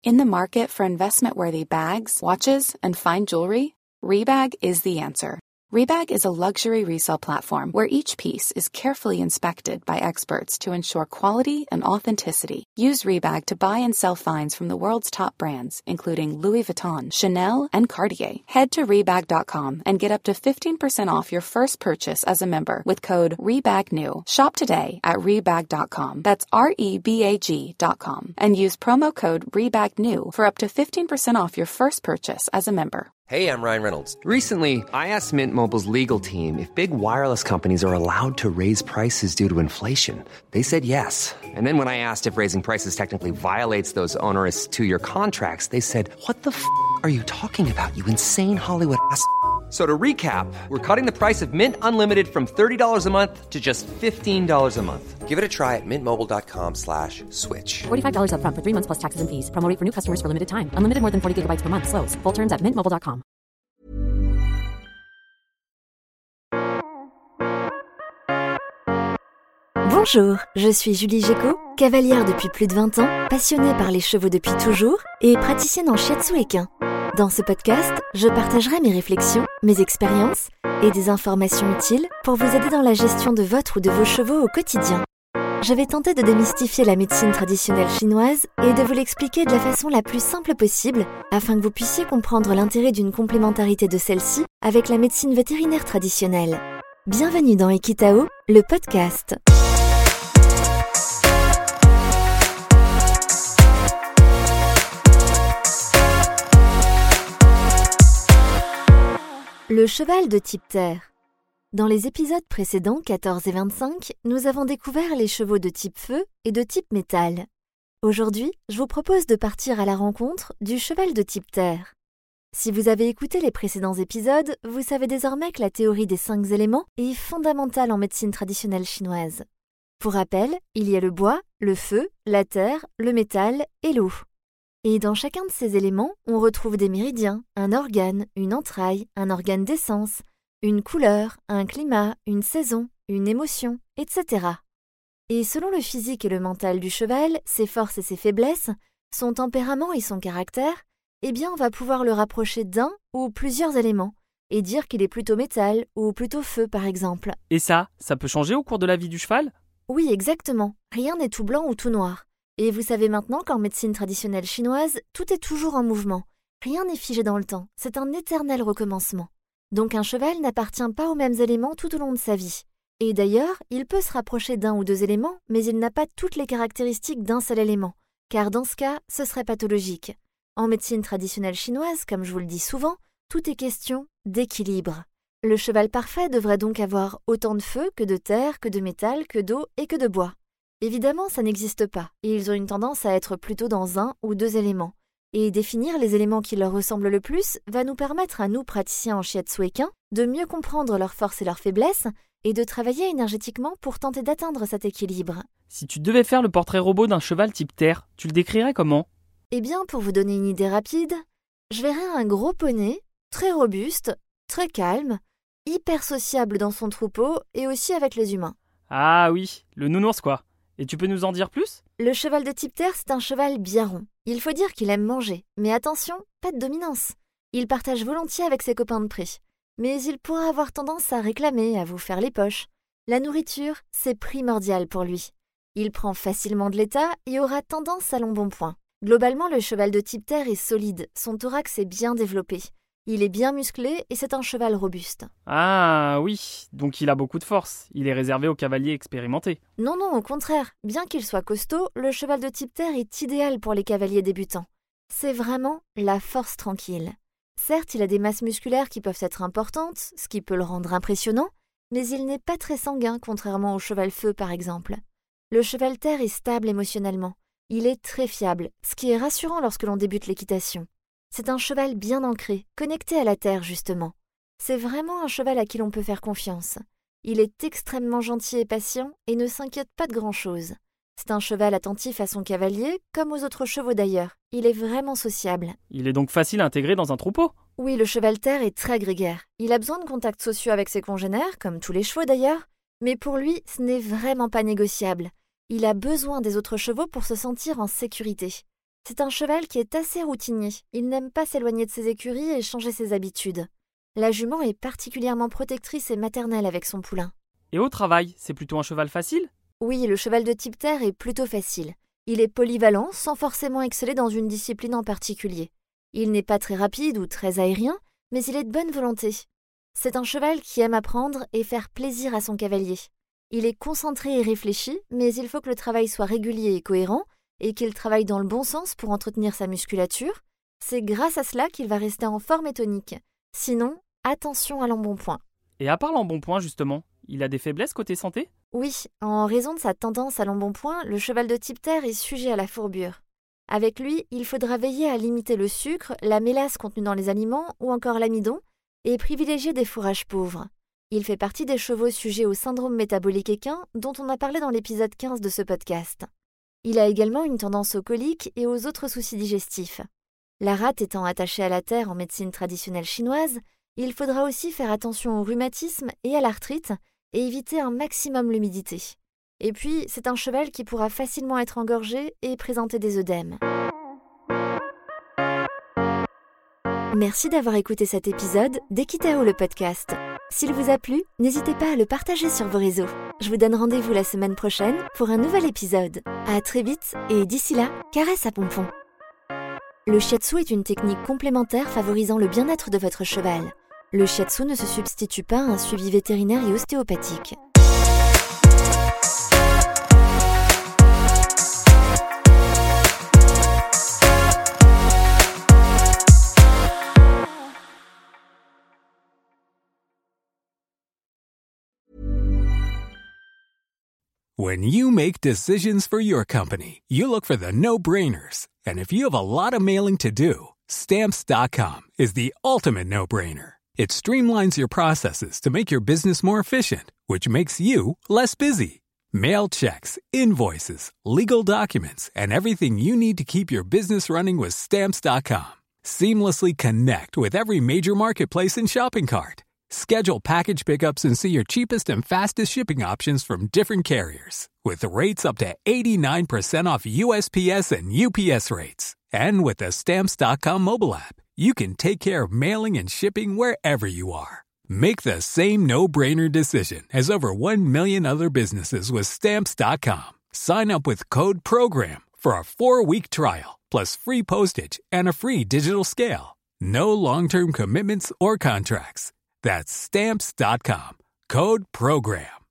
In the market for investment-worthy bags, watches, and fine jewelry, Rebag is the answer. Rebag is a luxury resale platform where each piece is carefully inspected by experts to ensure quality and authenticity. Use Rebag to buy and sell finds from the world's top brands, including Louis Vuitton, Chanel, and Cartier. Head to Rebag.com and get up to 15% off your first purchase as a member with code REBAGNEW. Shop today at Rebag.com. That's REBAG.com. And use promo code REBAGNEW for up to 15% off your first purchase as a member. Hey, I'm Ryan Reynolds. Recently, I asked Mint Mobile's legal team if big wireless companies are allowed to raise prices due to inflation. They said yes. And then when I asked if raising prices technically violates those onerous two-year contracts, they said, "What the f*** are you talking about, you insane Hollywood ass?" So to recap, we're cutting the price of Mint Unlimited from $30 a month to just $15 a month. Give it a try at mintmobile.com/switch. $45 up front for 3 months plus taxes and fees. Promo rate for new customers for limited time. Unlimited more than 40 gigabytes per month. Slows full terms at mintmobile.com. Bonjour, je suis Julie Géco, cavalière depuis plus de 20 ans, passionnée par les chevaux depuis toujours et praticienne en shiatsu équin. Dans ce podcast, je partagerai mes réflexions, mes expériences et des informations utiles pour vous aider dans la gestion de votre ou de vos chevaux au quotidien. Je vais tenter de démystifier la médecine traditionnelle chinoise et de vous l'expliquer de la façon la plus simple possible afin que vous puissiez comprendre l'intérêt d'une complémentarité de celle-ci avec la médecine vétérinaire traditionnelle. Bienvenue dans Equitao, le podcast. Le cheval de type terre. Dans les épisodes précédents 14 et 25, nous avons découvert les chevaux de type feu et de type métal. Aujourd'hui, je vous propose de partir à la rencontre du cheval de type terre. Si vous avez écouté les précédents épisodes, vous savez désormais que la théorie des 5 éléments est fondamentale en médecine traditionnelle chinoise. Pour rappel, il y a le bois, le feu, la terre, le métal et l'eau. Et dans chacun de ces éléments, on retrouve des méridiens, un organe, une entraille, un organe d'essence, une couleur, un climat, une saison, une émotion, etc. Et selon le physique et le mental du cheval, ses forces et ses faiblesses, son tempérament et son caractère, eh bien on va pouvoir le rapprocher d'un ou plusieurs éléments et dire qu'il est plutôt métal ou plutôt feu par exemple. Et ça peut changer au cours de la vie du cheval ? Oui, exactement. Rien n'est tout blanc ou tout noir. Et vous savez maintenant qu'en médecine traditionnelle chinoise, tout est toujours en mouvement. Rien n'est figé dans le temps, c'est un éternel recommencement. Donc un cheval n'appartient pas aux mêmes éléments tout au long de sa vie. Et d'ailleurs, il peut se rapprocher d'un ou deux éléments, mais il n'a pas toutes les caractéristiques d'un seul élément, car dans ce cas, ce serait pathologique. En médecine traditionnelle chinoise, comme je vous le dis souvent, tout est question d'équilibre. Le cheval parfait devrait donc avoir autant de feu que de terre, que de métal, que d'eau et que de bois. Évidemment, ça n'existe pas, et ils ont une tendance à être plutôt dans un ou deux éléments. Et définir les éléments qui leur ressemblent le plus va nous permettre à nous, praticiens en shiatsu équin, de mieux comprendre leurs forces et leurs faiblesses, et de travailler énergétiquement pour tenter d'atteindre cet équilibre. Si tu devais faire le portrait robot d'un cheval type terre, tu le décrirais comment ? Eh bien, pour vous donner une idée rapide, je verrais un gros poney, très robuste, très calme, hyper sociable dans son troupeau et aussi avec les humains. Ah oui, le nounours quoi. Et tu peux nous en dire plus ? Le cheval de type terre, c'est un cheval bien rond. Il faut dire qu'il aime manger, mais attention, pas de dominance. Il partage volontiers avec ses copains de pré. Mais il pourra avoir tendance à réclamer, à vous faire les poches. La nourriture, c'est primordial pour lui. Il prend facilement de l'état et aura tendance à l'embonpoint. Globalement, le cheval de type terre est solide, son thorax est bien développé. Il est bien musclé et c'est un cheval robuste. Ah oui, donc il a beaucoup de force. Il est réservé aux cavaliers expérimentés. Non, au contraire. Bien qu'il soit costaud, le cheval de type terre est idéal pour les cavaliers débutants. C'est vraiment la force tranquille. Certes, il a des masses musculaires qui peuvent être importantes, ce qui peut le rendre impressionnant, mais il n'est pas très sanguin, contrairement au cheval feu par exemple. Le cheval terre est stable émotionnellement. Il est très fiable, ce qui est rassurant lorsque l'on débute l'équitation. C'est un cheval bien ancré, connecté à la terre justement. C'est vraiment un cheval à qui l'on peut faire confiance. Il est extrêmement gentil et patient et ne s'inquiète pas de grand-chose. C'est un cheval attentif à son cavalier, comme aux autres chevaux d'ailleurs. Il est vraiment sociable. Il est donc facile à intégrer dans un troupeau ? Oui, le cheval terre est très grégaire. Il a besoin de contacts sociaux avec ses congénères, comme tous les chevaux d'ailleurs, mais pour lui, ce n'est vraiment pas négociable. Il a besoin des autres chevaux pour se sentir en sécurité. C'est un cheval qui est assez routinier. Il n'aime pas s'éloigner de ses écuries et changer ses habitudes. La jument est particulièrement protectrice et maternelle avec son poulain. Et au travail, c'est plutôt un cheval facile? Oui, le cheval de type terre est plutôt facile. Il est polyvalent sans forcément exceller dans une discipline en particulier. Il n'est pas très rapide ou très aérien, mais il est de bonne volonté. C'est un cheval qui aime apprendre et faire plaisir à son cavalier. Il est concentré et réfléchi, mais il faut que le travail soit régulier et cohérent, et qu'il travaille dans le bon sens pour entretenir sa musculature. C'est grâce à cela qu'il va rester en forme et tonique. Sinon, attention à l'embonpoint. Et à part l'embonpoint justement, il a des faiblesses côté santé? Oui, en raison de sa tendance à l'embonpoint, le cheval de type terre est sujet à la fourbure. Avec lui, il faudra veiller à limiter le sucre, la mélasse contenue dans les aliments ou encore l'amidon, et privilégier des fourrages pauvres. Il fait partie des chevaux sujets au syndrome métabolique équin dont on a parlé dans l'épisode 15 de ce podcast. Il a également une tendance aux coliques et aux autres soucis digestifs. La rate étant attachée à la terre en médecine traditionnelle chinoise, il faudra aussi faire attention au rhumatisme et à l'arthrite et éviter un maximum l'humidité. Et puis, c'est un cheval qui pourra facilement être engorgé et présenter des œdèmes. Merci d'avoir écouté cet épisode d'Equitao le podcast. S'il vous a plu, n'hésitez pas à le partager sur vos réseaux. Je vous donne rendez-vous la semaine prochaine pour un nouvel épisode. À très vite et d'ici là, caresse à pompon. Le shiatsu est une technique complémentaire favorisant le bien-être de votre cheval. Le shiatsu ne se substitue pas à un suivi vétérinaire et ostéopathique. When you make decisions for your company, you look for the no-brainers. And if you have a lot of mailing to do, Stamps.com is the ultimate no-brainer. It streamlines your processes to make your business more efficient, which makes you less busy. Mail checks, invoices, legal documents, and everything you need to keep your business running with Stamps.com. Seamlessly connect with every major marketplace and shopping cart. Schedule package pickups and see your cheapest and fastest shipping options from different carriers. With rates up to 89% off USPS and UPS rates. And with the Stamps.com mobile app, you can take care of mailing and shipping wherever you are. Make the same no-brainer decision as over 1 million other businesses with Stamps.com. Sign up with code PROGRAM for a 4-week trial, plus free postage and a free digital scale. No long-term commitments or contracts. That's Stamps.com. Code PROGRAM.